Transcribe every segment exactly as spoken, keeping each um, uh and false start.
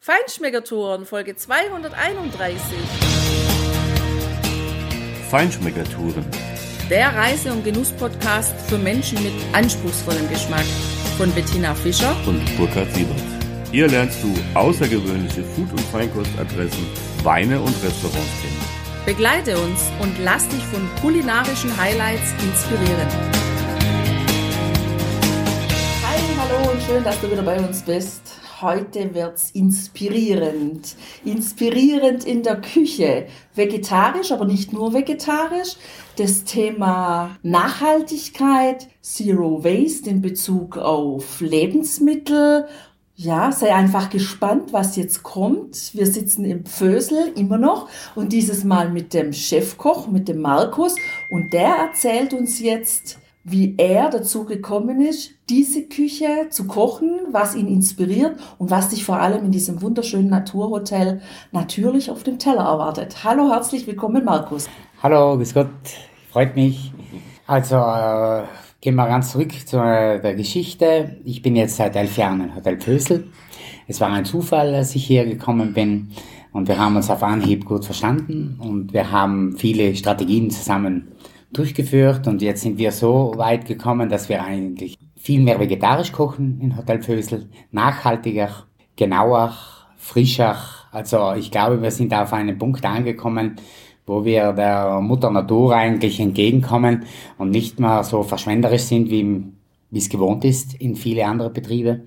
Feinschmeckertouren, Folge zweihunderteinunddreißig. Feinschmeckertouren. Der Reise- und Genuss-Podcast für Menschen mit anspruchsvollem Geschmack. Von Bettina Fischer und Burkhard Siebert. Hier lernst du außergewöhnliche Food- und Feinkostadressen, Weine und Restaurants kennen. Begleite uns und lass dich von kulinarischen Highlights inspirieren. Hi, hallo und schön, dass du wieder bei uns bist. Heute wird's inspirierend. Inspirierend in der Küche. Vegetarisch, aber nicht nur vegetarisch. Das Thema Nachhaltigkeit, Zero Waste in Bezug auf Lebensmittel. Ja, sei einfach gespannt, was jetzt kommt. Wir sitzen im Pfösel immer noch und dieses Mal mit dem Chefkoch, mit dem Markus. Und der erzählt uns jetzt, wie er dazu gekommen ist, diese Küche zu kochen, was ihn inspiriert und was dich vor allem in diesem wunderschönen Naturhotel natürlich auf dem Teller erwartet. Hallo, herzlich willkommen, Markus. Hallo, grüß Gott, freut mich. Also, äh, gehen wir ganz zurück zu äh, der Geschichte. Ich bin jetzt seit elf Jahren im Hotel Pfösel. Es war ein Zufall, dass ich hier gekommen bin und wir haben uns auf Anhieb gut verstanden und wir haben viele Strategien zusammen durchgeführt und jetzt sind wir so weit gekommen, dass wir eigentlich viel mehr vegetarisch kochen in Hotel Pfösel, nachhaltiger, genauer, frischer. Also ich glaube, wir sind auf einen Punkt angekommen, wo wir der Mutter Natur eigentlich entgegenkommen und nicht mehr so verschwenderisch sind, wie wie es gewohnt ist in viele andere Betriebe.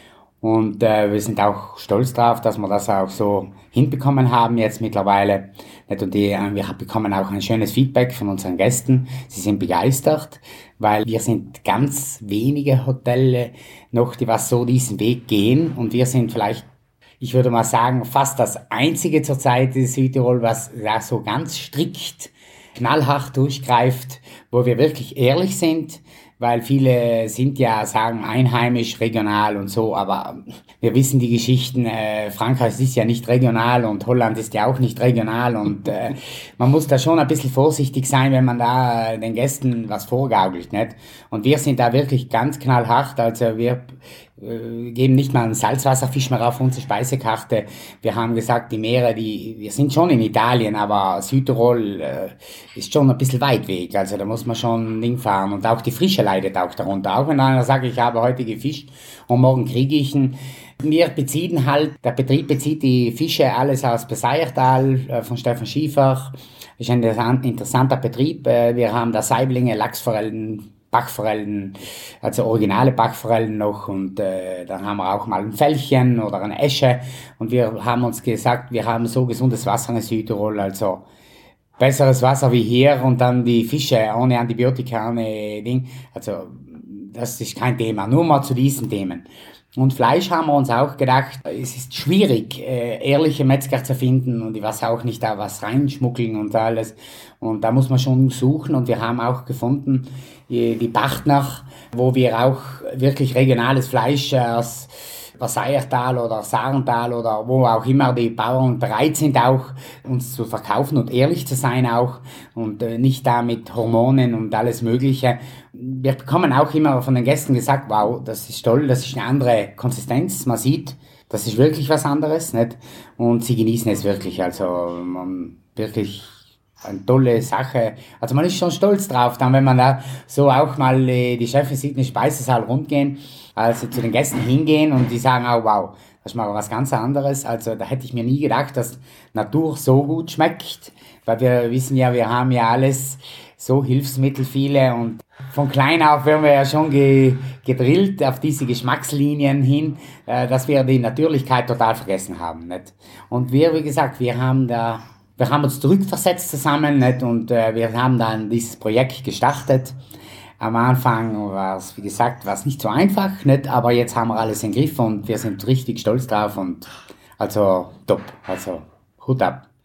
Und äh, wir sind auch stolz drauf, dass wir das auch so hinbekommen haben jetzt mittlerweile. Und die, äh, wir bekommen auch ein schönes Feedback von unseren Gästen. Sie sind begeistert, weil wir sind ganz wenige Hotels noch, die was so diesen Weg gehen. Und wir sind vielleicht, ich würde mal sagen, fast das einzige zurzeit in Südtirol, was ja so ganz strikt, knallhart durchgreift, wo wir wirklich ehrlich sind. Weil viele sind ja, sagen einheimisch, regional und so, aber wir wissen die Geschichten, äh, Frankreich ist ja nicht regional und Holland ist ja auch nicht regional und äh, man muss da schon ein bisschen vorsichtig sein, wenn man da den Gästen was vorgaukelt, nicht? Und wir sind da wirklich ganz knallhart, also wir äh, geben nicht mal einen Salzwasserfisch mehr auf unsere Speisekarte. Wir haben gesagt, die Meere, die, wir sind schon in Italien, aber Südtirol äh, ist schon ein bisschen weit weg, also da muss man schon hinfahren und auch die Frische leidet auch darunter. Auch wenn einer sagt, ich habe heute gefischt und morgen kriege ich ihn. Wir beziehen halt, der Betrieb bezieht die Fische alles aus Besaiertal äh, von Stefan Schiefer. Ist ein interessanter Betrieb. Äh, wir haben da Saiblinge, Lachsforellen, Backforellen, also originale Backforellen noch und äh, dann haben wir auch mal ein Fällchen oder eine Esche und wir haben uns gesagt, wir haben so gesundes Wasser in Südtirol, also besseres Wasser wie hier und dann die Fische ohne Antibiotika, ohne Ding. Also das ist kein Thema, nur mal zu diesen Themen. Und Fleisch haben wir uns auch gedacht, es ist schwierig, äh, ehrliche Metzger zu finden und die was auch nicht da was reinschmuggeln und alles. Und da muss man schon suchen und wir haben auch gefunden, die, die Partner, wo wir auch wirklich regionales Fleisch aus Basaiertal oder Sarental oder wo auch immer die Bauern bereit sind auch uns zu verkaufen und ehrlich zu sein auch und äh, nicht da mit Hormonen und alles Mögliche. Wir bekommen auch immer von den Gästen gesagt, wow, das ist toll, das ist eine andere Konsistenz, man sieht, das ist wirklich was anderes, nicht? Und sie genießen es wirklich, also man, wirklich eine tolle Sache. Also man ist schon stolz drauf, dann wenn man da so auch mal äh, die Chefin sieht, eine Speisesaal rundgehen, also zu den Gästen hingehen und die sagen, oh wow, das ist mal was ganz anderes. Also da hätte ich mir nie gedacht, dass Natur so gut schmeckt, weil wir wissen ja, wir haben ja alles so Hilfsmittel viele und von klein auf werden wir ja schon ge- gedrillt auf diese Geschmackslinien hin, äh, dass wir die Natürlichkeit total vergessen haben, nicht? Und wir, wie gesagt, wir haben da Wir haben uns zurückversetzt zusammen, nicht? Und äh, wir haben dann dieses Projekt gestartet. Am Anfang war es, wie gesagt, war es nicht so einfach, nicht? Aber jetzt haben wir alles im Griff und wir sind richtig stolz drauf und also top, also Hut ab.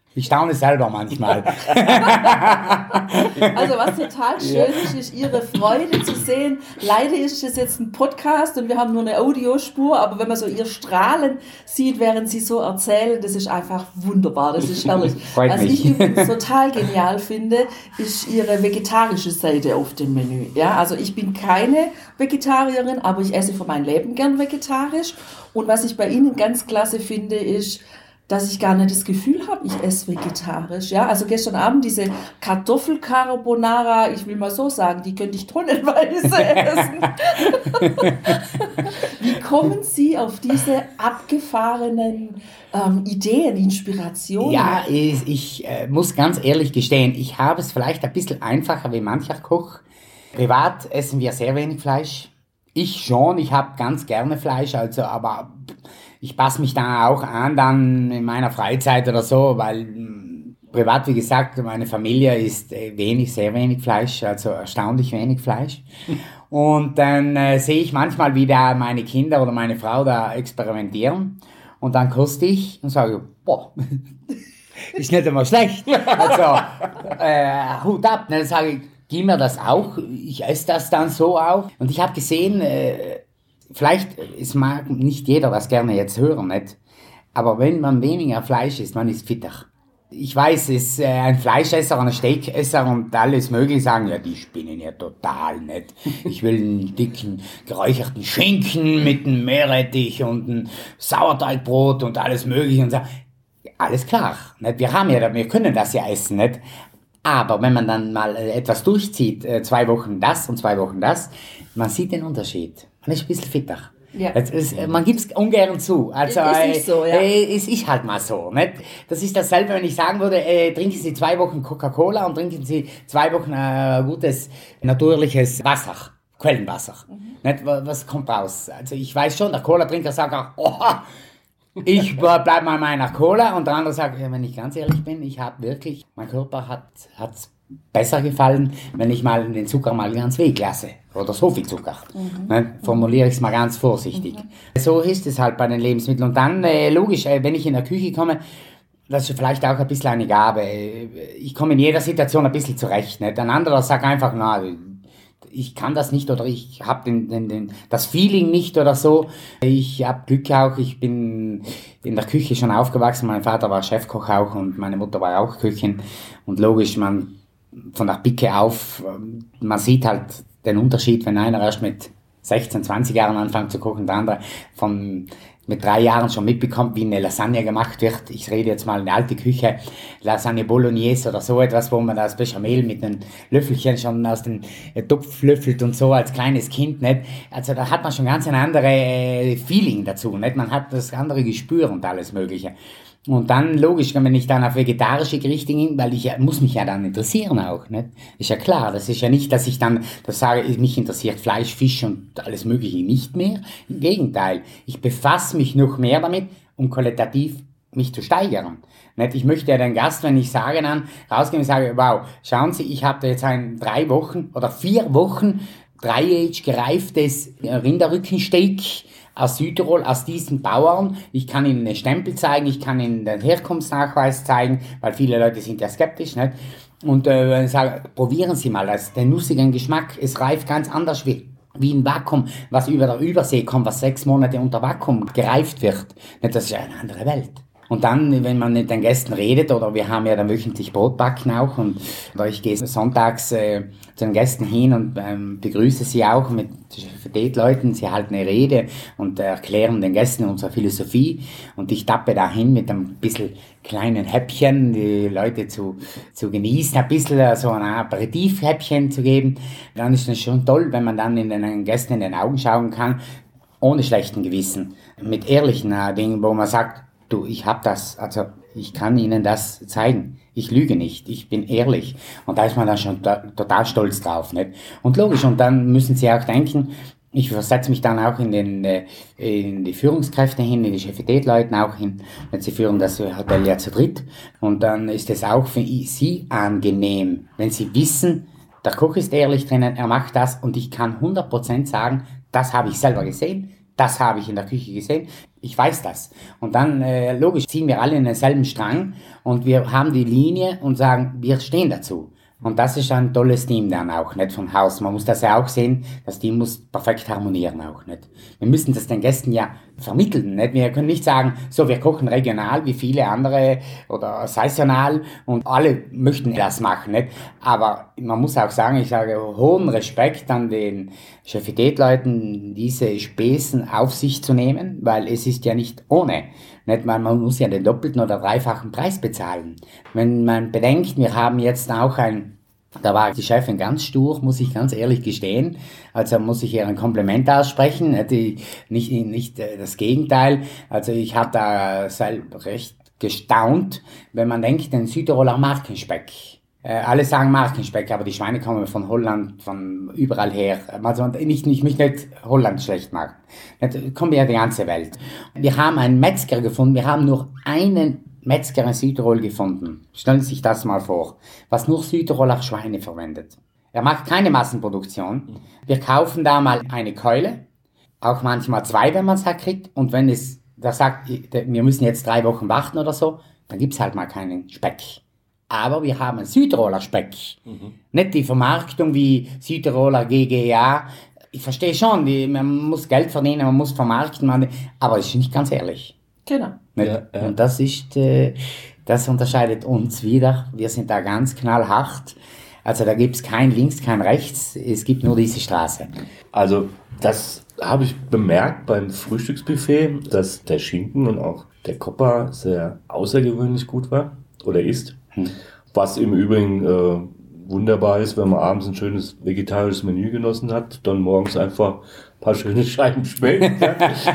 Ich staune selber manchmal. Also was total schön ist, ist Ihre Freude zu sehen. Leider ist es jetzt ein Podcast und wir haben nur eine Audiospur, aber wenn man so Ihr Strahlen sieht, während Sie so erzählen, das ist einfach wunderbar, das ist herrlich. Freut Was mich. ich übrigens total genial finde, ist Ihre vegetarische Seite auf dem Menü. Ja, also ich bin keine Vegetarierin, aber ich esse für mein Leben gern vegetarisch. Und was ich bei Ihnen ganz klasse finde, ist, dass ich gar nicht das Gefühl habe, ich esse vegetarisch. Ja, also gestern Abend diese Kartoffelcarbonara, ich will mal so sagen, die könnte ich tonnenweise essen. Wie kommen Sie auf diese abgefahrenen ähm, Ideen, Inspirationen? Ja, ich, ich äh, muss ganz ehrlich gestehen, ich habe es vielleicht ein bisschen einfacher wie mancher Koch. Privat essen wir sehr wenig Fleisch. Ich schon, ich habe ganz gerne Fleisch, also aber ich passe mich da auch an, dann in meiner Freizeit oder so, weil mh, privat, wie gesagt, meine Familie isst äh, wenig, sehr wenig Fleisch, also erstaunlich wenig Fleisch. Und dann äh, sehe ich manchmal, wie da meine Kinder oder meine Frau da experimentieren. Und dann koste ich und sage, boah, ist nicht einmal schlecht. Also, äh, Hut ab. Dann sage ich, gib mir das auch, ich esse das dann so auch. Und ich habe gesehen, äh, vielleicht, es mag nicht jeder das gerne jetzt hören, nicht? Aber wenn man weniger Fleisch isst, man ist fitter. Ich weiß, es ist äh, ein Fleischesser, ein Steakesser und alles mögliche sagen, ja, die spinnen ja total nicht. Ich will einen dicken, geräucherten Schinken mit einem Meerrettich und ein Sauerteigbrot und alles mögliche und so. Alles klar, nicht? Wir haben ja, wir können das ja essen, nicht? Aber wenn man dann mal etwas durchzieht, zwei Wochen das und zwei Wochen das, man sieht den Unterschied. Man ist ein bisschen fitter. Ja. Es ist, man gibt es ungern zu. Also, ist nicht so, ja. äh, es ist halt mal so. Nicht? Das ist dasselbe, wenn ich sagen würde, äh, trinken Sie zwei Wochen Coca-Cola und trinken Sie zwei Wochen äh, gutes, natürliches Wasser, Quellenwasser. Mhm. Nicht? Was kommt raus? Also ich weiß schon, der Cola-Trinker sagt auch, oh, ich bleib mal meiner Cola, und der andere sagt, ja, wenn ich ganz ehrlich bin, ich habe wirklich, mein Körper hat hat's besser gefallen, wenn ich mal den Zucker mal ganz weglasse. Oder so viel Zucker. Mhm. Ne, formuliere ich es mal ganz vorsichtig. Mhm. So ist es halt bei den Lebensmitteln. Und dann, äh, logisch, äh, wenn ich in der Küche komme, das ist vielleicht auch ein bisschen eine Gabe. Ich komme in jeder Situation ein bisschen zurecht. Nicht? Ein anderer sagt einfach, na, ich kann das nicht oder ich habe den, den, den, das Feeling nicht oder so. Ich habe Glück auch, ich bin in der Küche schon aufgewachsen. Mein Vater war Chefkoch auch und meine Mutter war auch Köchin. Und logisch, man von der Pike auf, man sieht halt den Unterschied, wenn einer erst mit sechzehn, zwanzig Jahren anfängt zu kochen, der andere von mit drei Jahren schon mitbekommt, wie eine Lasagne gemacht wird. Ich rede jetzt mal eine alte Küche, Lasagne Bolognese oder so etwas, wo man das Bechamel mit einem Löffelchen schon aus dem Topf löffelt und so als kleines Kind, nicht? Also da hat man schon ganz ein anderes Feeling dazu, nicht? Man hat das andere Gespür und alles Mögliche. Und dann, logisch, wenn ich dann auf vegetarische Gerichte gehe, weil ich muss mich ja dann interessieren auch, nicht? Ist ja klar, das ist ja nicht, dass ich dann, das sage, mich interessiert Fleisch, Fisch und alles Mögliche nicht mehr. Im Gegenteil, ich befasse mich noch mehr damit, um qualitativ mich zu steigern. Nicht? Ich möchte ja den Gast, wenn ich sage dann, rausgehen und sage, wow, schauen Sie, ich habe da jetzt ein drei Wochen oder vier Wochen Dry-Age gereiftes Rinderrückensteak aus Südtirol, aus diesen Bauern. Ich kann Ihnen einen Stempel zeigen, ich kann Ihnen den Herkunftsnachweis zeigen, weil viele Leute sind ja skeptisch, nicht? Und äh, sagen, probieren Sie mal das, den nussigen Geschmack. Es reift ganz anders wie, wie ein Vakuum, was über der Übersee kommt, was sechs Monate unter Vakuum gereift wird. Nicht, das ist ja eine andere Welt. Und dann, wenn man mit den Gästen redet, oder wir haben ja dann wöchentlich Brotbacken auch, und oder ich gehe sonntags äh, zu den Gästen hin und ähm, begrüße sie auch mit Leuten, sie halten eine Rede und äh, erklären den Gästen unsere Philosophie, und ich tappe dahin mit einem bisschen kleinen Häppchen, die Leute zu, zu genießen, ein bisschen so ein Aperitif-Häppchen zu geben. Dann ist es schon toll, wenn man dann in den Gästen in den Augen schauen kann, ohne schlechten Gewissen, mit ehrlichen äh, Dingen, wo man sagt, du, ich hab das, also ich kann Ihnen das zeigen. Ich lüge nicht, ich bin ehrlich. Und da ist man dann schon da, total stolz drauf, nicht? Und logisch, und dann müssen Sie auch denken, ich versetze mich dann auch in, den, in die Führungskräfte hin, in die Chefetate-Leuten auch hin, wenn Sie führen das Hotel ja zu dritt. Und dann ist es auch für Sie angenehm, wenn Sie wissen, der Koch ist ehrlich drinnen, er macht das, und ich kann hundert Prozent sagen, das habe ich selber gesehen, Das habe ich in der Küche gesehen. Ich weiß das. Und dann, äh, logisch, ziehen wir alle in denselben Strang und wir haben die Linie und sagen, wir stehen dazu. Und das ist ein tolles Team dann auch, nicht vom Haus. Man muss das ja auch sehen, das Team muss perfekt harmonieren auch, nicht. Wir müssen das den Gästen ja vermitteln, nicht. Wir können nicht sagen, so, wir kochen regional wie viele andere oder saisonal und alle möchten das machen, nicht. Aber man muss auch sagen, ich sage hohen Respekt an den Chefität-Leuten, diese Späßen auf sich zu nehmen, weil es ist ja nicht ohne. Nicht, man, man muss ja den doppelten oder dreifachen Preis bezahlen. Wenn man bedenkt, wir haben jetzt auch ein, da war die Chefin ganz stur, muss ich ganz ehrlich gestehen, also muss ich ihr ein Kompliment aussprechen, nicht, nicht, nicht das Gegenteil, also ich habe da selber recht gestaunt, wenn man denkt, den Südtiroler Markenspeck. Äh, alle sagen Markenspeck, aber die Schweine kommen von Holland, von überall her. Also nicht, ich möchte nicht Holland schlecht machen. Das kommt ja die ganze Welt. Wir haben einen Metzger gefunden, wir haben nur einen Metzger in Südtirol gefunden. Stellen Sie sich das mal vor, was nur Südtiroler Schweine verwendet. Er macht keine Massenproduktion. Wir kaufen da mal eine Keule, auch manchmal zwei, wenn man es halt kriegt. Und wenn es, da sagt, wir müssen jetzt drei Wochen warten oder so, dann gibt's halt mal keinen Speck. Aber wir haben Südtiroler Speck. Mhm. Nicht die Vermarktung wie Südtiroler G G A. Ich verstehe schon, die, man muss Geld verdienen, man muss vermarkten, man, aber es ist nicht ganz ehrlich. Genau. Ja, ja. Und das ist, äh, das unterscheidet uns wieder. Wir sind da ganz knallhart. Also da gibt's kein Links, kein Rechts. Es gibt nur diese Straße. Also das habe ich bemerkt beim Frühstücksbuffet, dass der Schinken und auch der Kopper sehr außergewöhnlich gut war oder ist. Hm. Was im Übrigen äh, wunderbar ist, wenn man abends ein schönes vegetarisches Menü genossen hat, dann morgens einfach ein paar schöne Scheiben Speck. Ja.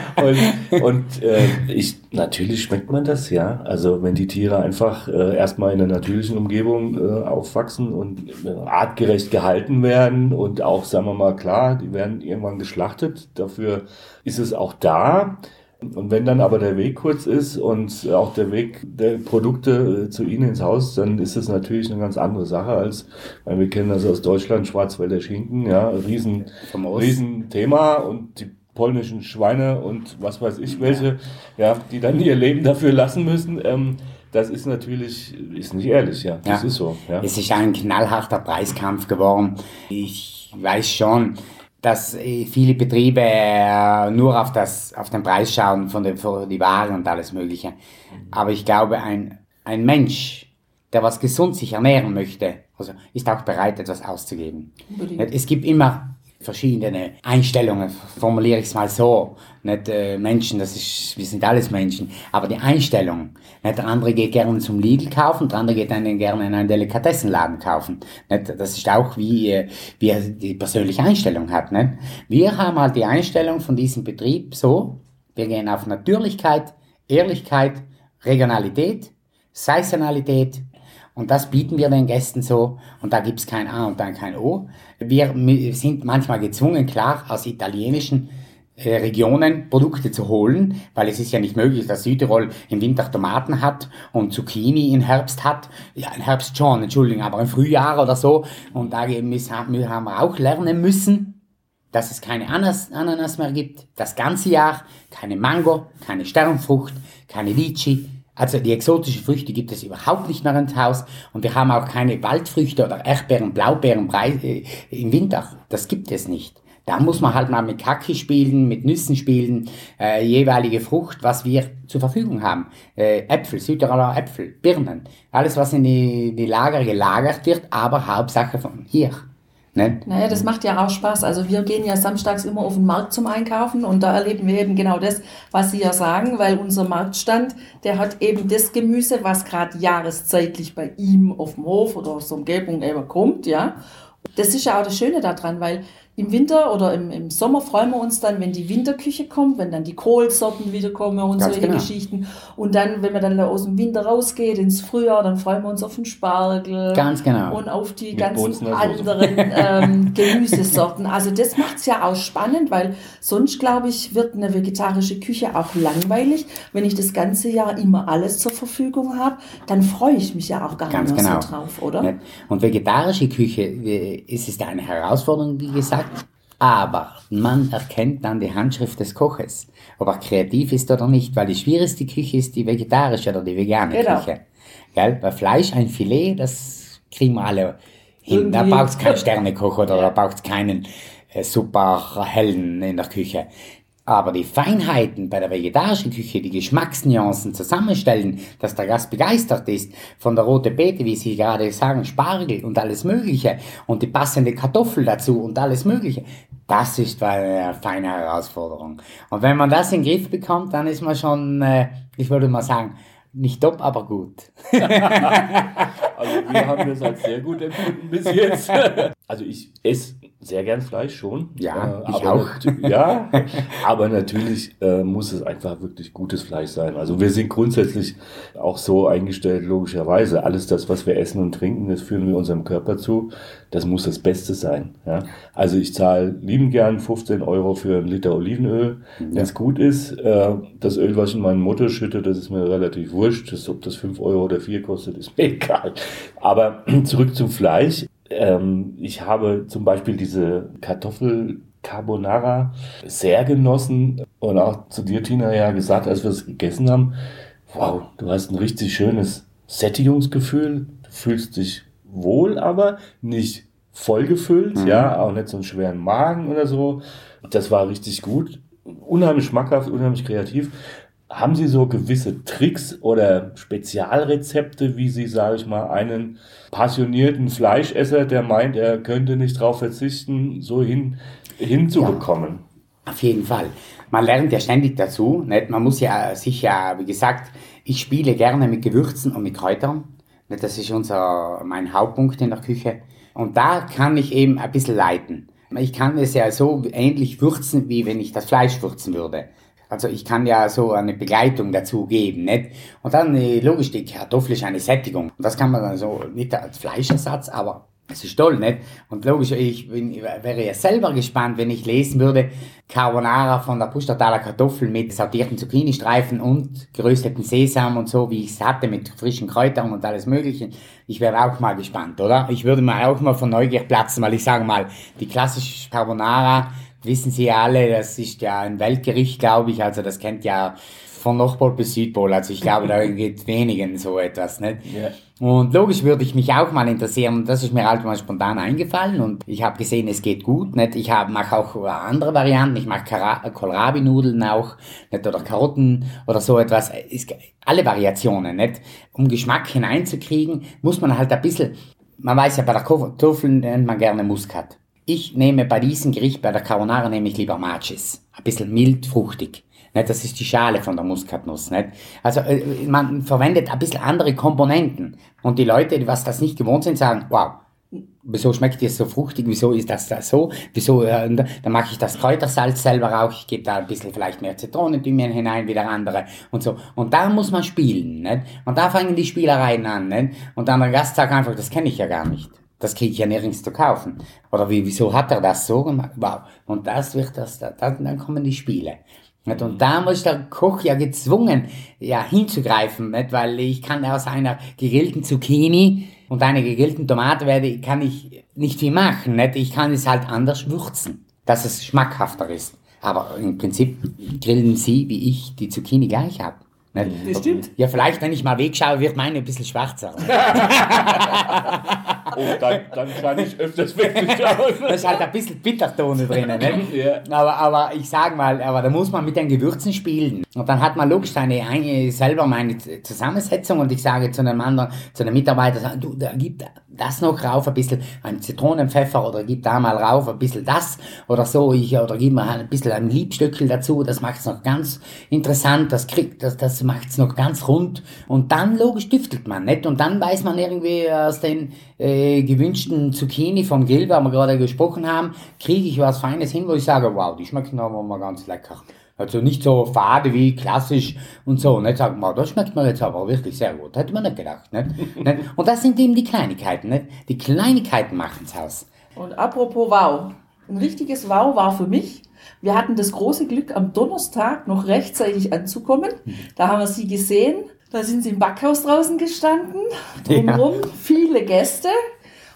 Und, und äh, ich, natürlich schmeckt man das, ja. Also wenn die Tiere einfach äh, erstmal in einer natürlichen Umgebung äh, aufwachsen und äh, artgerecht gehalten werden und auch, sagen wir mal, klar, die werden irgendwann geschlachtet, dafür ist es auch da. Und wenn dann aber der Weg kurz ist und auch der Weg der Produkte zu Ihnen ins Haus, dann ist es natürlich eine ganz andere Sache als, weil wir kennen das aus Deutschland, Schwarzwälder Schinken, ja, riesen, riesen Thema und die polnischen Schweine und was weiß ich welche, ja, die dann ihr Leben dafür lassen müssen, ähm, das ist natürlich, ist nicht ehrlich, ja, das ja. ist so. Ja. Es ist ein knallharter Preiskampf geworden. Ich weiß schon, dass viele Betriebe nur auf das, auf den Preis schauen von den, für die Waren und alles Mögliche. Aber ich glaube, ein, ein Mensch, der was gesund sich ernähren möchte, also ist auch bereit, etwas auszugeben. Unbedingt. Es gibt immer verschiedene Einstellungen, formuliere ich es mal so. Nicht äh, Menschen, das ist, wir sind alles Menschen, aber die Einstellung. Nicht, der andere geht gerne zum Lidl kaufen, der andere geht dann gerne in einen Delikatessenladen kaufen. Nicht, das ist auch wie, wie er die persönliche Einstellung hat. Nicht? Wir haben halt die Einstellung von diesem Betrieb so, wir gehen auf Natürlichkeit, Ehrlichkeit, Regionalität, Saisonalität. Und das bieten wir den Gästen so. Und da gibt's kein A und dann kein O. Wir sind manchmal gezwungen, klar, aus italienischen äh, Regionen Produkte zu holen, weil es ist ja nicht möglich, dass Südtirol im Winter Tomaten hat und Zucchini im Herbst hat. Ja, im Herbst schon, Entschuldigung, aber im Frühjahr oder so. Und da haben wir auch lernen müssen, dass es keine Ananas, Ananas mehr gibt. Das ganze Jahr keine Mango, keine Sternfrucht, keine Lychee. Also die exotischen Früchte gibt es überhaupt nicht mehr ins Haus und wir haben auch keine Waldfrüchte oder Erdbeeren, Blaubeeren äh, im Winter. Das gibt es nicht. Da muss man halt mal mit Kaki spielen, mit Nüssen spielen, äh, jeweilige Frucht, was wir zur Verfügung haben. Äh, Äpfel, Südtiroler Äpfel, Birnen, alles was in die, die Lager gelagert wird, aber Hauptsache von hier. Ne? Naja, das macht ja auch Spaß. Also wir gehen ja samstags immer auf den Markt zum Einkaufen und da erleben wir eben genau das, was Sie ja sagen, weil unser Marktstand, der hat eben das Gemüse, was gerade jahreszeitlich bei ihm auf dem Hof oder aus der Umgebung eben kommt, ja. Das ist ja auch das Schöne daran, weil im Winter oder im, im Sommer freuen wir uns dann, wenn die Winterküche kommt, wenn dann die Kohlsorten wiederkommen und Ganz solche genau. Geschichten. Und dann, wenn man dann aus dem Winter rausgeht ins Frühjahr, dann freuen wir uns auf den Spargel. Ganz genau. Und auf die Mit ganzen anderen ähm, Gemüsesorten. Also das macht's ja auch spannend, weil sonst, glaube ich, wird eine vegetarische Küche auch langweilig. Wenn ich das ganze Jahr immer alles zur Verfügung habe, dann freue ich mich ja auch gar Ganz nicht mehr genau. so drauf, oder? Und vegetarische Küche, ist es da eine Herausforderung, wie gesagt. Aber man erkennt dann die Handschrift des Koches, ob er kreativ ist oder nicht, weil die schwierigste Küche ist die vegetarische oder die vegane genau. Küche. Gell? Bei Fleisch ein Filet, das kriegen wir alle hin. Irgendwie. Da braucht es keinen Sternekoch oder ja. da braucht es keinen äh, super hellen in der Küche. Aber die Feinheiten bei der vegetarischen Küche, die Geschmacksnuancen zusammenstellen, dass der Gast begeistert ist von der rote Beete, wie Sie gerade sagen, Spargel und alles Mögliche und die passende Kartoffel dazu und alles Mögliche, das ist eine feine Herausforderung. Und wenn man das in den Griff bekommt, dann ist man schon, äh, ich würde mal sagen, nicht top, aber gut. Also wir haben das als sehr gut empfunden bis jetzt. Also ich esse sehr gern Fleisch schon. Ja, äh, ich auch. Ja, aber natürlich äh, muss es einfach wirklich gutes Fleisch sein. Also wir sind grundsätzlich auch so eingestellt, logischerweise. Alles das, was wir essen und trinken, das führen wir unserem Körper zu. Das muss das Beste sein. Ja? Also ich zahle liebend gern fünfzehn Euro für einen Liter Olivenöl. Ja. Wenn es gut ist, äh, das Öl, was ich in meinen Motor schütte, das ist mir relativ wurscht. Das, ob das fünf Euro oder vier kostet, ist mir egal. Aber zurück zum Fleisch. Ähm, ich habe zum Beispiel diese Kartoffel Carbonara sehr genossen und auch zu dir, Tina, ja gesagt, als wir es gegessen haben, wow, du hast ein richtig schönes Sättigungsgefühl, du fühlst dich wohl, aber nicht vollgefüllt, mhm. ja, auch nicht so einen schweren Magen oder so. Das war richtig gut, unheimlich schmackhaft, unheimlich kreativ. Haben Sie so gewisse Tricks oder Spezialrezepte, wie Sie, sage ich mal, einen passionierten Fleischesser, der meint, er könnte nicht drauf verzichten, so hin, hinzubekommen? Ja, auf jeden Fall. Man lernt ja ständig dazu. Nicht? Man muss ja sich ja, wie gesagt, ich spiele gerne mit Gewürzen und mit Kräutern. Nicht? Das ist unser, mein Hauptpunkt in der Küche. Und da kann ich eben ein bisschen leiten. Ich kann es ja so ähnlich würzen, wie wenn ich das Fleisch würzen würde. Also ich kann ja so eine Begleitung dazu geben, nicht? Und dann, logisch, die Kartoffel ist eine Sättigung. Und das kann man dann so, nicht als Fleischersatz, aber es ist toll, nicht? Und logisch, ich bin, wäre ja selber gespannt, wenn ich lesen würde, Carbonara von der Pustertaler Kartoffel mit sautierten Zucchini-Streifen und gerösteten Sesam und so, wie ich es hatte, mit frischen Kräutern und alles Mögliche. Ich wäre auch mal gespannt, oder? Ich würde mal auch mal von Neugier platzen, weil ich sage mal, die klassische Carbonara, wissen Sie ja alle, das ist ja ein Weltgericht, glaube ich, also das kennt ja von Nordpol bis Südpol, also ich glaube, da geht wenigen so etwas, nicht? Yeah. Und logisch würde ich mich auch mal interessieren, das ist mir halt mal spontan eingefallen und ich habe gesehen, es geht gut, nicht? Ich mache auch andere Varianten, ich mache Kohlrabi-Nudeln auch, nicht? Oder Karotten oder so etwas, ist, alle Variationen, nicht? Um Geschmack hineinzukriegen, muss man halt ein bisschen, man weiß ja, bei der Kartoffel nennt man gerne Muskat. Ich nehme bei diesem Gericht, bei der Carbonara, nehme ich lieber Machis. Ein bisschen mild, fruchtig. Nicht? Das ist die Schale von der Muskatnuss. Nicht? Also man verwendet ein bisschen andere Komponenten. Und die Leute, die was das nicht gewohnt sind, sagen, wow, wieso schmeckt das so fruchtig, wieso ist das, das so, wieso, äh, dann mache ich das Kräutersalz selber auch, ich gebe da ein bisschen vielleicht mehr Zitronenthymian hinein, wie der andere und so. Und da muss man spielen. Nicht? Und da fangen die Spielereien an. Nicht? Und dann der Gast sagt einfach, das kenne ich ja gar nicht. Das kriege ich ja nirgends zu kaufen. Oder wie, wieso hat er das so gemacht? Wow. Und das wird das, da, dann kommen die Spiele. Nicht? Und da muss der Koch ja gezwungen, ja, hinzugreifen, nicht? Weil ich kann aus einer gegrillten Zucchini und einer gegrillten Tomate werde, kann ich nicht viel machen, nicht? Ich kann es halt anders würzen, dass es schmackhafter ist. Aber im Prinzip grillen Sie, wie ich, die Zucchini gleich ab. Das stimmt. Ja, vielleicht, wenn ich mal wegschaue, wird meine ein bisschen schwarzer. Oh, dann, dann kann ich öfters wegschauen. Da ist halt ein bisschen Bittertone drinnen. Ne? Ja. Aber, aber ich sage mal, aber da muss man mit den Gewürzen spielen. Und dann hat man logisch seine, eine, selber meine Zusammensetzung und ich sage zu einem anderen, zu einem Mitarbeiter, du, da gib das noch rauf, ein bisschen ein Zitronenpfeffer oder gib da mal rauf ein bisschen das oder so, ich, oder gib mal ein bisschen ein Liebstöckel dazu, das macht es noch ganz interessant, das kriegt, das, das macht es noch ganz rund und dann logisch düftelt man, nicht? Und dann weiß man irgendwie aus den äh, gewünschten Zucchini vom Grill, wo wir gerade gesprochen haben, kriege ich was Feines hin, wo ich sage, wow, die schmecken aber mal ganz lecker. Also nicht so fade wie klassisch und so, nicht? Sagen wir, das schmeckt mir jetzt aber wirklich sehr gut. Hätte man nicht gedacht, nicht? Und das sind eben die Kleinigkeiten, nicht? Die Kleinigkeiten machen's aus. Und apropos Wow. Ein richtiges Wow war für mich. Wir hatten das große Glück, am Donnerstag noch rechtzeitig anzukommen. Da haben wir Sie gesehen. Da sind Sie im Backhaus draußen gestanden. Drumherum ja. Viele Gäste.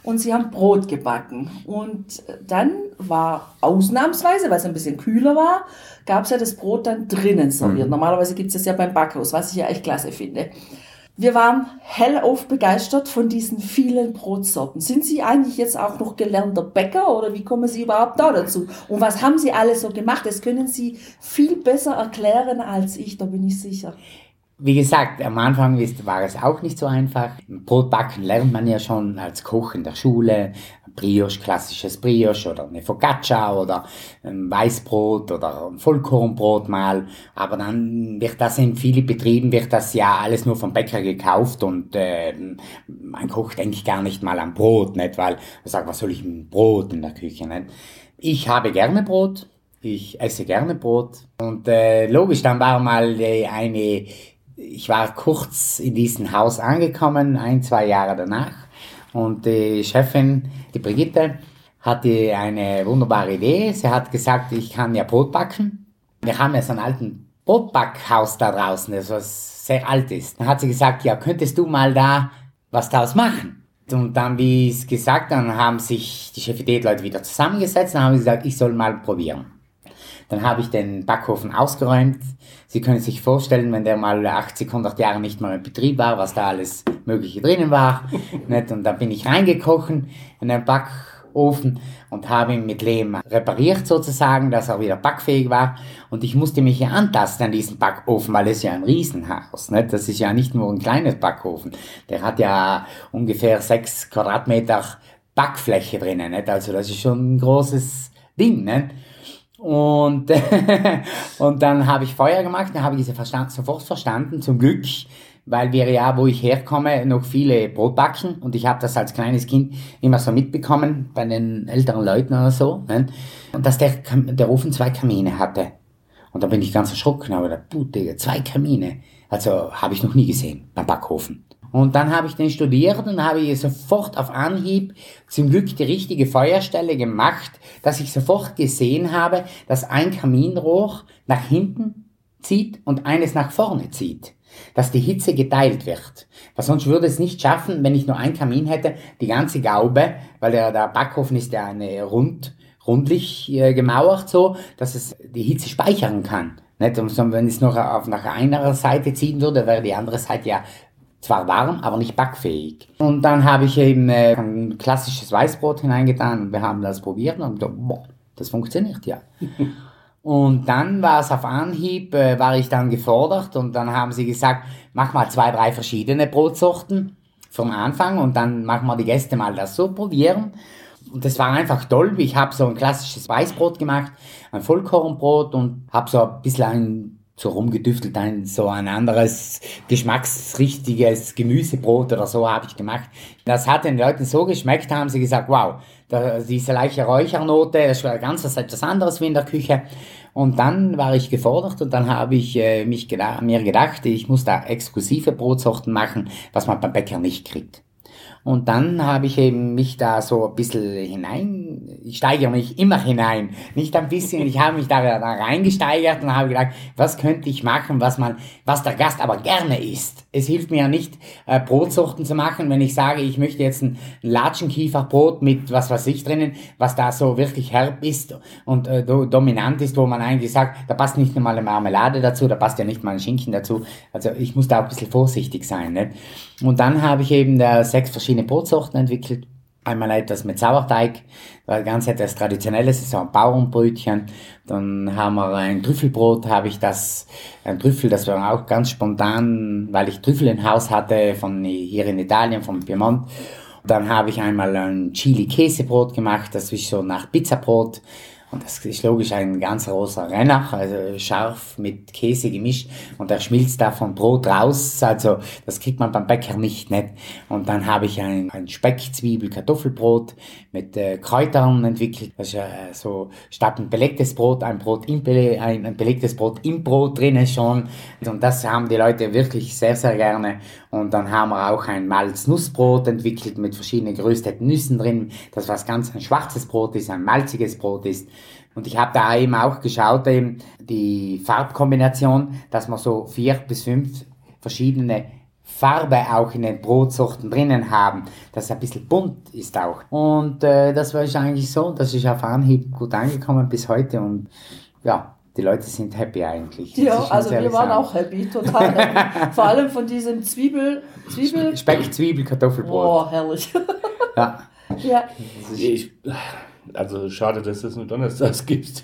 und sie haben Brot gebacken. Und dann war ausnahmsweise, weil es ein bisschen kühler war, gab es ja das Brot dann drinnen serviert. Mhm. Normalerweise gibt es das ja beim Backhaus, was ich ja echt klasse finde. Wir waren hellauf begeistert von diesen vielen Brotsorten. Sind Sie eigentlich jetzt auch noch gelernter Bäcker oder wie kommen Sie überhaupt da dazu? Und was haben Sie alles so gemacht? Das können Sie viel besser erklären als ich, da bin ich sicher. Wie gesagt, am Anfang war es auch nicht so einfach. Brotbacken lernt man ja schon als Koch in der Schule. Brioche, klassisches Brioche oder eine Focaccia oder ein Weißbrot oder ein Vollkornbrot mal. Aber dann wird das in vielen Betrieben, wird das ja alles nur vom Bäcker gekauft und äh, ein Koch denkt gar nicht mal an Brot, nicht? Weil er sagt, was soll ich mit Brot in der Küche, nicht? Ich habe gerne Brot, ich esse gerne Brot und äh, logisch, dann war mal äh, eine, ich war kurz in diesem Haus angekommen, ein, zwei Jahre danach. Und die Chefin, die Brigitte, hatte eine wunderbare Idee. Sie hat gesagt, ich kann ja Brot backen. Wir haben ja so ein altes Brotbackhaus da draußen, das was sehr alt ist. Dann hat sie gesagt, ja, könntest du mal da was draus machen? Und dann, wie es gesagt, dann haben sich die Chefidee-Leute wieder zusammengesetzt und haben gesagt, ich soll mal probieren. Dann habe ich den Backofen ausgeräumt. Sie können sich vorstellen, wenn der mal achtzig, hundert Jahre nicht mehr in Betrieb war, was da alles Mögliche drinnen war. Nicht? Und dann bin ich reingekochen in den Backofen und habe ihn mit Lehm repariert sozusagen, dass er wieder backfähig war. Und ich musste mich ja antasten an diesen Backofen, weil es ja ein Riesenhaus. Nicht? Das ist ja nicht nur ein kleines Backofen. Der hat ja ungefähr sechs Quadratmeter Backfläche drinnen. Nicht? Also das ist schon ein großes Ding. Nicht? Und, und dann habe ich Feuer gemacht, dann habe ich verstand, sofort verstanden, zum Glück, weil wir ja, wo ich herkomme, noch viele Brot backen und ich habe das als kleines Kind immer so mitbekommen, bei den älteren Leuten oder so, ne? Und dass der, der Ofen zwei Kamine hatte. Und da bin ich ganz erschrocken, aber der Digga, zwei Kamine, also habe ich noch nie gesehen beim Backofen. Und dann habe ich den studiert und habe ich sofort auf Anhieb zum Glück die richtige Feuerstelle gemacht, dass ich sofort gesehen habe, dass ein Kaminrohr nach hinten zieht und eines nach vorne zieht. Dass die Hitze geteilt wird. Weil sonst würde es nicht schaffen, wenn ich nur ein Kamin hätte, die ganze Gaube, weil der, der Backofen ist ja eine rund, rundlich äh, gemauert so, dass es die Hitze speichern kann. Nicht? Und wenn es noch auf nach einer Seite ziehen würde, wäre die andere Seite ja zwar warm, aber nicht backfähig. Und dann habe ich eben äh, ein klassisches Weißbrot hineingetan und wir haben das probiert und so, boah, das funktioniert ja. Und dann war es auf Anhieb, äh, war ich dann gefordert und dann haben sie gesagt, mach mal zwei, drei verschiedene Brotsorten vom Anfang und dann machen wir die Gäste mal das so probieren. Und das war einfach toll. Ich habe so ein klassisches Weißbrot gemacht, ein Vollkornbrot und habe so ein bisschen ein so rumgedüftelt, ein so ein anderes geschmacksrichtiges Gemüsebrot oder so habe ich gemacht. Das hat den Leuten so geschmeckt, haben sie gesagt, wow, da, diese leichte Räuchernote, das war ganz etwas anderes wie in der Küche. Und dann war ich gefordert und dann habe ich äh, mich geda- mir gedacht, ich muss da exklusive Brotsorten machen, was man beim Bäcker nicht kriegt. Und dann habe ich eben mich da so ein bisschen hinein, ich steigere mich immer hinein, nicht ein bisschen, ich habe mich da, da reingesteigert und habe gedacht, was könnte ich machen, was man, was der Gast aber gerne isst. Es hilft mir ja nicht, äh, Brotsorten zu machen, wenn ich sage, ich möchte jetzt ein Latschenkieferbrot mit was weiß ich drinnen, was da so wirklich herb ist und äh, do, dominant ist, wo man eigentlich sagt, da passt nicht mal eine Marmelade dazu, da passt ja nicht mal ein Schinken dazu. Also ich muss da auch ein bisschen vorsichtig sein. Nicht? Und dann habe ich eben da sechs verschiedene Brotsorten entwickelt. Einmal etwas mit Sauerteig, ganz etwas Traditionelles, ist so ein Bauernbrötchen. Dann haben wir ein Trüffelbrot, habe ich das, ein Trüffel, das war auch ganz spontan, weil ich Trüffel im Haus hatte, von hier in Italien, vom Piemont. Dann habe ich einmal ein Chili-Käsebrot gemacht, das ist so nach Pizzabrot. Und das ist logisch ein ganz großer Renner, also scharf mit Käse gemischt und der schmilzt da vom Brot raus, also das kriegt man beim Bäcker nicht, nicht. Und dann habe ich ein, ein Speck-Zwiebel-Kartoffelbrot mit äh, Kräutern entwickelt, das ist äh, so statt ein belegtes Brot, ein Brot im Bele- ein, ein belegtes Brot im Brot drinnen schon. Und das haben die Leute wirklich sehr, sehr gerne. Und dann haben wir auch ein Malz-Nussbrot entwickelt mit verschiedenen gerösteten Nüssen drin, das was ganz ein schwarzes Brot ist, ein malziges Brot ist. Und ich habe da eben auch geschaut, eben die Farbkombination, dass man so vier bis fünf verschiedene Farbe auch in den Brotsorten drinnen haben, dass es ein bisschen bunt ist auch. Und äh, das war eigentlich so, das ist auf Anhieb gut angekommen bis heute und ja, die Leute sind happy eigentlich. Ja, also wir waren sagen. auch happy, total happy. Vor allem von diesem Zwiebel... Zwiebel... Speck, Zwiebel, Kartoffelbrot. Oh, herrlich. Ja. Ja. Ich, also schade, dass das nur donnerstags gibt.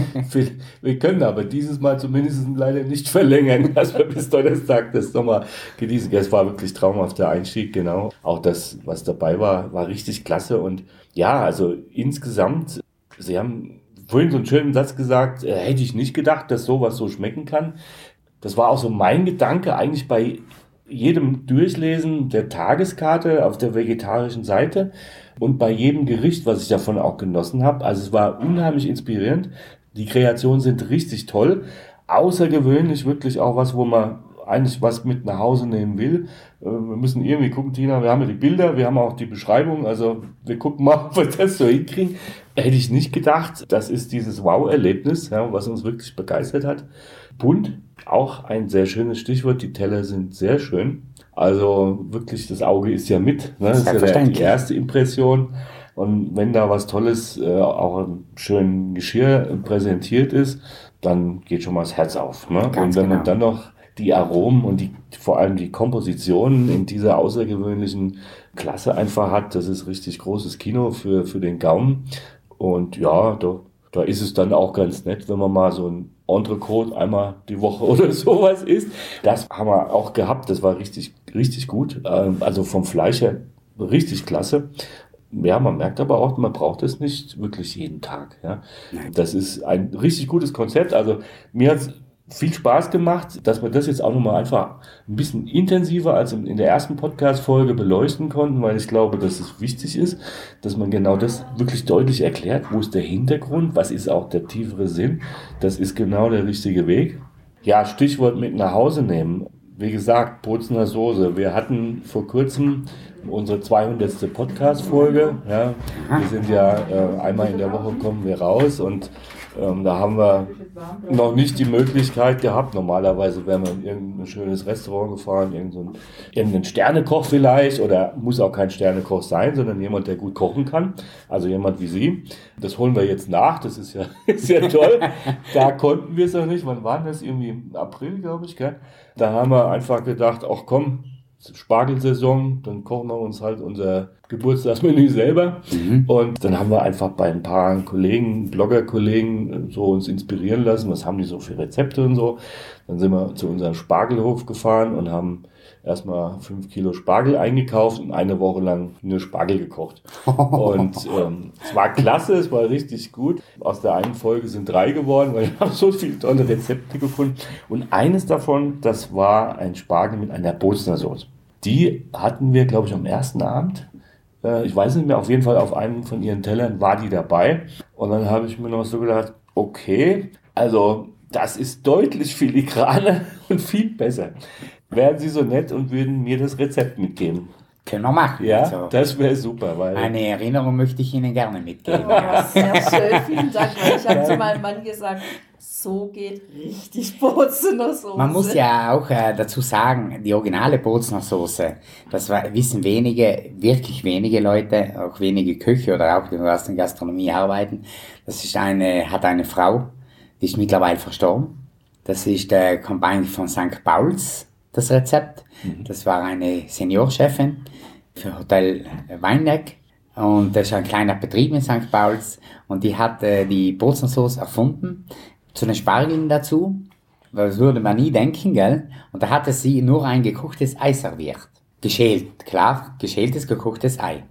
Wir können aber dieses Mal zumindest leider nicht verlängern, dass wir bis Donnerstag das nochmal genießen. Es war wirklich traumhafter Einstieg, genau. Auch das, was dabei war, war richtig klasse. Und ja, also insgesamt, Sie haben vorhin so einen schönen Satz gesagt, äh, hätte ich nicht gedacht, dass sowas so schmecken kann. Das war auch so mein Gedanke eigentlich bei jedem Durchlesen der Tageskarte auf der vegetarischen Seite und bei jedem Gericht, was ich davon auch genossen habe. Also es war unheimlich inspirierend. Die Kreationen sind richtig toll. Außergewöhnlich, wirklich auch was, wo man eigentlich was mit nach Hause nehmen will. Wir müssen irgendwie gucken, Tina, wir haben ja die Bilder, wir haben auch die Beschreibung, also wir gucken mal, ob wir das so hinkriegen. Hätte ich nicht gedacht, das ist dieses Wow-Erlebnis, ja, was uns wirklich begeistert hat. Bunt, auch ein sehr schönes Stichwort, die Teller sind sehr schön. Also wirklich, das Auge ist ja mit, ne? Das ist ja die erste Impression. Und wenn da was Tolles, äh, auch ein schönes Geschirr präsentiert ist, dann geht schon mal das Herz auf. Ne? Und wenn genau. man dann noch die Aromen und die, vor allem die Kompositionen in dieser außergewöhnlichen Klasse einfach hat, das ist richtig großes Kino für, für den Gaumen. Und ja, da, da ist es dann auch ganz nett, wenn man mal so ein Entrecote einmal die Woche oder sowas isst. Das haben wir auch gehabt, das war richtig, richtig gut. Also vom Fleisch her richtig klasse. Ja, man merkt aber auch, man braucht es nicht wirklich jeden Tag. Ja. Das ist ein richtig gutes Konzept. Also mir hat es viel Spaß gemacht, dass wir das jetzt auch nochmal einfach ein bisschen intensiver als in der ersten Podcast-Folge beleuchten konnten, weil ich glaube, dass es wichtig ist, dass man genau das wirklich deutlich erklärt. Wo ist der Hintergrund? Was ist auch der tiefere Sinn? Das ist genau der richtige Weg. Ja, Stichwort mit nach Hause nehmen. Wie gesagt, Bozner Soße. Wir hatten vor kurzem unsere zweihundertste Podcast-Folge. Ja, wir sind ja äh, einmal in der Woche kommen wir raus und ähm, da haben wir noch nicht die Möglichkeit gehabt. Normalerweise wären wir in irgendein schönes Restaurant gefahren, irgendein, irgendein Sternekoch vielleicht, oder muss auch kein Sternekoch sein, sondern jemand, der gut kochen kann. Also jemand wie Sie. Das holen wir jetzt nach. Das ist ja, ist ja toll. Da konnten wir es noch nicht. Wann war das? Irgendwie im April, glaube ich. Gell? Da haben wir einfach gedacht, ach komm, Spargelsaison, dann kochen wir uns halt unser Geburtstagsmenü selber. Mhm. Und dann haben wir einfach bei ein paar Kollegen, Blogger-Kollegen so uns inspirieren lassen, was haben die so für Rezepte und so. Dann sind wir zu unserem Spargelhof gefahren und haben erstmal fünf Kilo Spargel eingekauft und eine Woche lang nur Spargel gekocht. Und ähm, es war klasse, es war richtig gut. Aus der einen Folge sind drei geworden, weil ich habe so viele tolle Rezepte gefunden. Und eines davon, das war ein Spargel mit einer Bozner Soße. Die hatten wir, glaube ich, am ersten Abend. Äh, ich weiß nicht mehr, auf jeden Fall auf einem von ihren Tellern war die dabei. Und dann habe ich mir noch so gedacht, okay, also das ist deutlich filigraner und viel besser. Wären Sie so nett und würden mir das Rezept mitgeben? Können wir machen. Ja, also, das wäre super. Weil eine Erinnerung möchte ich Ihnen gerne mitgeben. Ja, sehr schön, vielen Dank. Weil ich habe zu meinem Mann gesagt, so geht richtig Bozner Soße. Man muss ja auch äh, dazu sagen, die originale Bozner Soße, das war, wissen wenige, wirklich wenige Leute, auch wenige Köche oder auch die aus der Gastronomie arbeiten. Das ist eine, hat eine Frau, die ist mittlerweile verstorben. Das ist der kommt eigentlich von Sankt Pauls. Das Rezept. Das war eine Seniorchefin für Hotel Weinneck und das ist ein kleiner Betrieb in Sankt Pauls und die hat äh, die Bozner Sauce erfunden, zu den Spargeln dazu, das würde man nie denken, gell? Und da hatte sie nur ein gekochtes Ei serviert. Geschält, klar, geschältes, gekochtes Ei.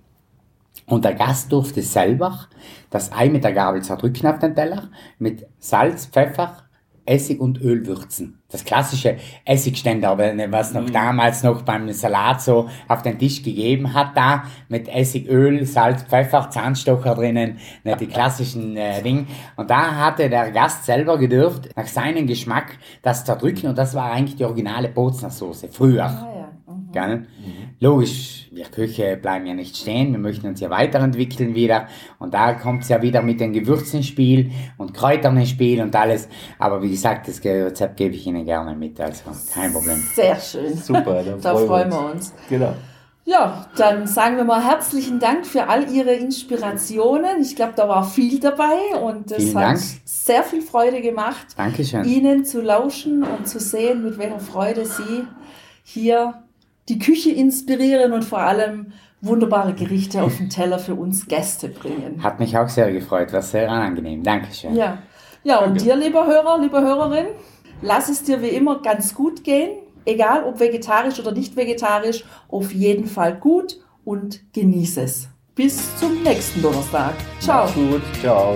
Und der Gast durfte selber das Ei mit der Gabel zerdrücken auf den Teller, mit Salz, Pfeffer, Essig und Öl würzen. Das klassische Essigständer, was noch mm. damals noch beim Salat so auf den Tisch gegeben hat, da mit Essig, Öl, Salz, Pfeffer, Zahnstocher drinnen, ne, die klassischen äh, Dinge. Und da hatte der Gast selber gedürft, nach seinem Geschmack, das zerdrücken und das war eigentlich die originale Bozner Soße, früher. Ah, ja. Mhm. logisch, wir Köche bleiben ja nicht stehen, wir möchten uns ja weiterentwickeln wieder und da kommt es ja wieder mit den Gewürzen ins Spiel und Kräutern ins Spiel und alles, aber wie gesagt, das Rezept gebe ich Ihnen gerne mit, also kein Problem. Sehr schön. Super, da, da freuen wir uns. Genau. Ja, dann sagen wir mal herzlichen Dank für all Ihre Inspirationen. Ich glaube, da war viel dabei und es hat Dank. sehr viel Freude gemacht, Dankeschön. Ihnen zu lauschen und zu sehen, mit welcher Freude Sie hier die Küche inspirieren und vor allem wunderbare Gerichte auf den Teller für uns Gäste bringen. Hat mich auch sehr gefreut, war sehr angenehm. Dankeschön. Ja, ja und Danke. dir, lieber Hörer, liebe Hörerin, lass es dir wie immer ganz gut gehen. Egal, ob vegetarisch oder nicht vegetarisch, auf jeden Fall gut und genieße es. Bis zum nächsten Donnerstag. Ciao. Mach's gut. Ciao.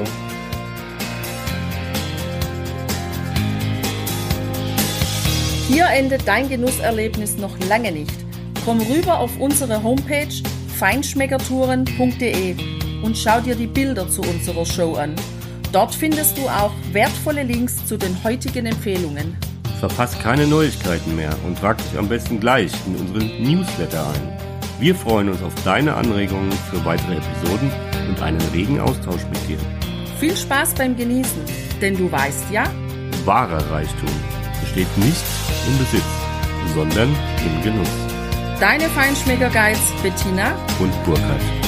Hier endet dein Genusserlebnis noch lange nicht. Komm rüber auf unsere Homepage feinschmeckertouren punkt de und schau dir die Bilder zu unserer Show an. Dort findest du auch wertvolle Links zu den heutigen Empfehlungen. Verpasst keine Neuigkeiten mehr und trag dich am besten gleich in unseren Newsletter ein. Wir freuen uns auf deine Anregungen für weitere Episoden und einen regen Austausch mit dir. Viel Spaß beim Genießen, denn du weißt ja, Wahrer Reichtum besteht nicht im Besitz, sondern im Genuss. deine Feinschmecker-Guides Bettina Und Burkhard.